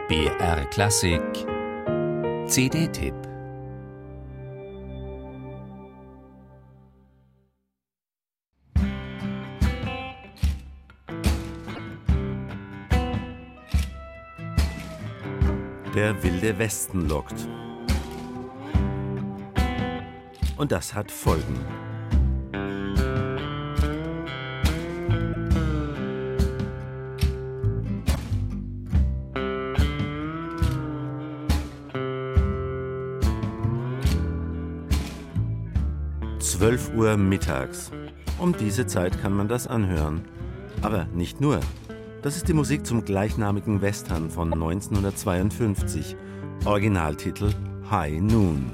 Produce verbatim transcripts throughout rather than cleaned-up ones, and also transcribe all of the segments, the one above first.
B R Klassik C D-Tipp. Der wilde Westen lockt. Und das hat Folgen. zwölf Uhr mittags. Um diese Zeit kann man das anhören. Aber nicht nur. Das ist die Musik zum gleichnamigen Western von neunzehnhundertzweiundfünfzig. Originaltitel High Noon.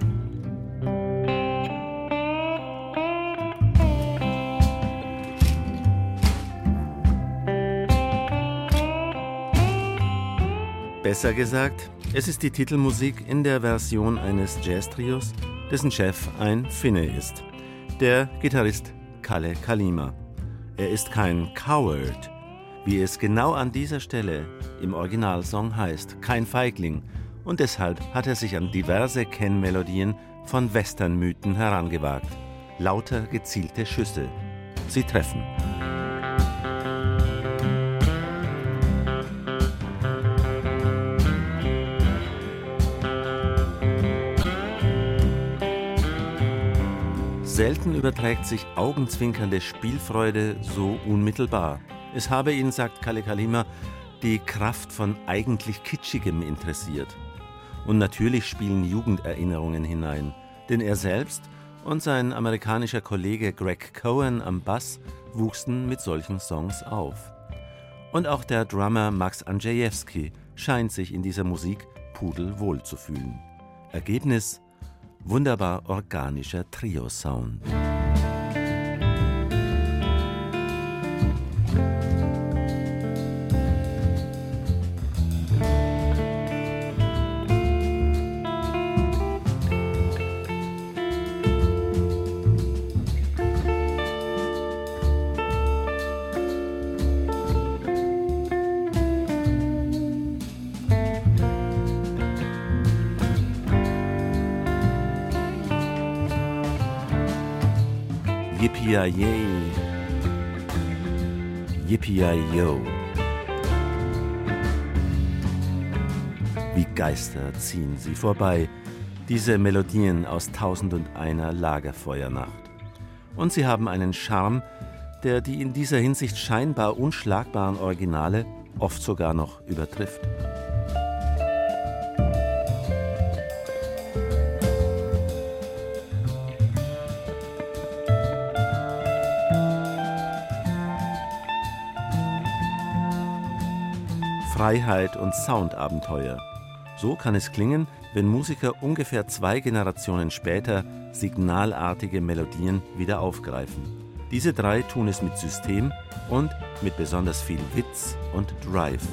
Besser gesagt, es ist die Titelmusik in der Version eines Jazz-Trios, dessen Chef ein Finne ist. Der Gitarrist Kalle Kalima. Er ist kein Coward, wie es genau an dieser Stelle im Originalsong heißt, kein Feigling. Und deshalb hat er sich an diverse Kennmelodien von Westernmythen herangewagt. Lauter gezielte Schüsse. Sie treffen. Selten überträgt sich augenzwinkernde Spielfreude so unmittelbar. Es habe ihn, sagt Kalle Kalima, die Kraft von eigentlich Kitschigem interessiert. Und natürlich spielen Jugenderinnerungen hinein, denn er selbst und sein amerikanischer Kollege Greg Cohen am Bass wuchsen mit solchen Songs auf. Und auch der Drummer Max Andrzejewski scheint sich in dieser Musik pudelwohl zu fühlen. Ergebnis: wunderbar organischer Trio-Sound. Yippee-yay, yippee-yo. Wie Geister ziehen sie vorbei, diese Melodien aus Tausend und einer Lagerfeuernacht. Und sie haben einen Charme, der die in dieser Hinsicht scheinbar unschlagbaren Originale oft sogar noch übertrifft. Freiheit und Soundabenteuer. So kann es klingen, wenn Musiker ungefähr zwei Generationen später signalartige Melodien wieder aufgreifen. Diese drei tun es mit System und mit besonders viel Witz und Drive.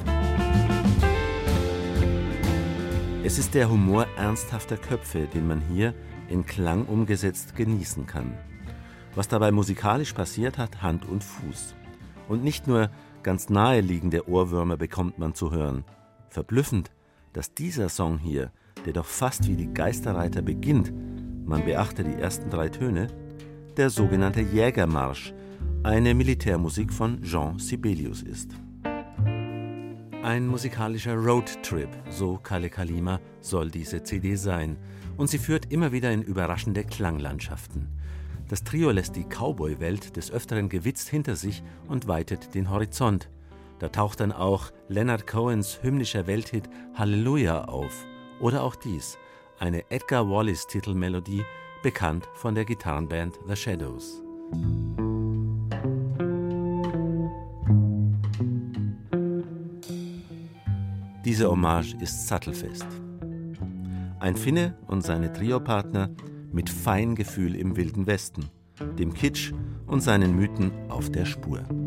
Es ist der Humor ernsthafter Köpfe, den man hier in Klang umgesetzt genießen kann. Was dabei musikalisch passiert, hat Hand und Fuß. Und nicht nur ganz naheliegende Ohrwürmer bekommt man zu hören. Verblüffend, dass dieser Song hier, der doch fast wie die Geisterreiter beginnt, man beachte die ersten drei Töne, der sogenannte Jägermarsch, eine Militärmusik von Jean Sibelius ist. Ein musikalischer Roadtrip, so Kalle Kalima, soll diese C D sein. Und sie führt immer wieder in überraschende Klanglandschaften. Das Trio lässt die Cowboy-Welt des Öfteren gewitzt hinter sich und weitet den Horizont. Da taucht dann auch Leonard Cohens hymnischer Welthit Halleluja auf. Oder auch dies, eine Edgar Wallace-Titelmelodie, bekannt von der Gitarrenband The Shadows. Diese Hommage ist sattelfest. Ein Finne und seine Triopartner mit Feingefühl im Wilden Westen, dem Kitsch und seinen Mythen auf der Spur.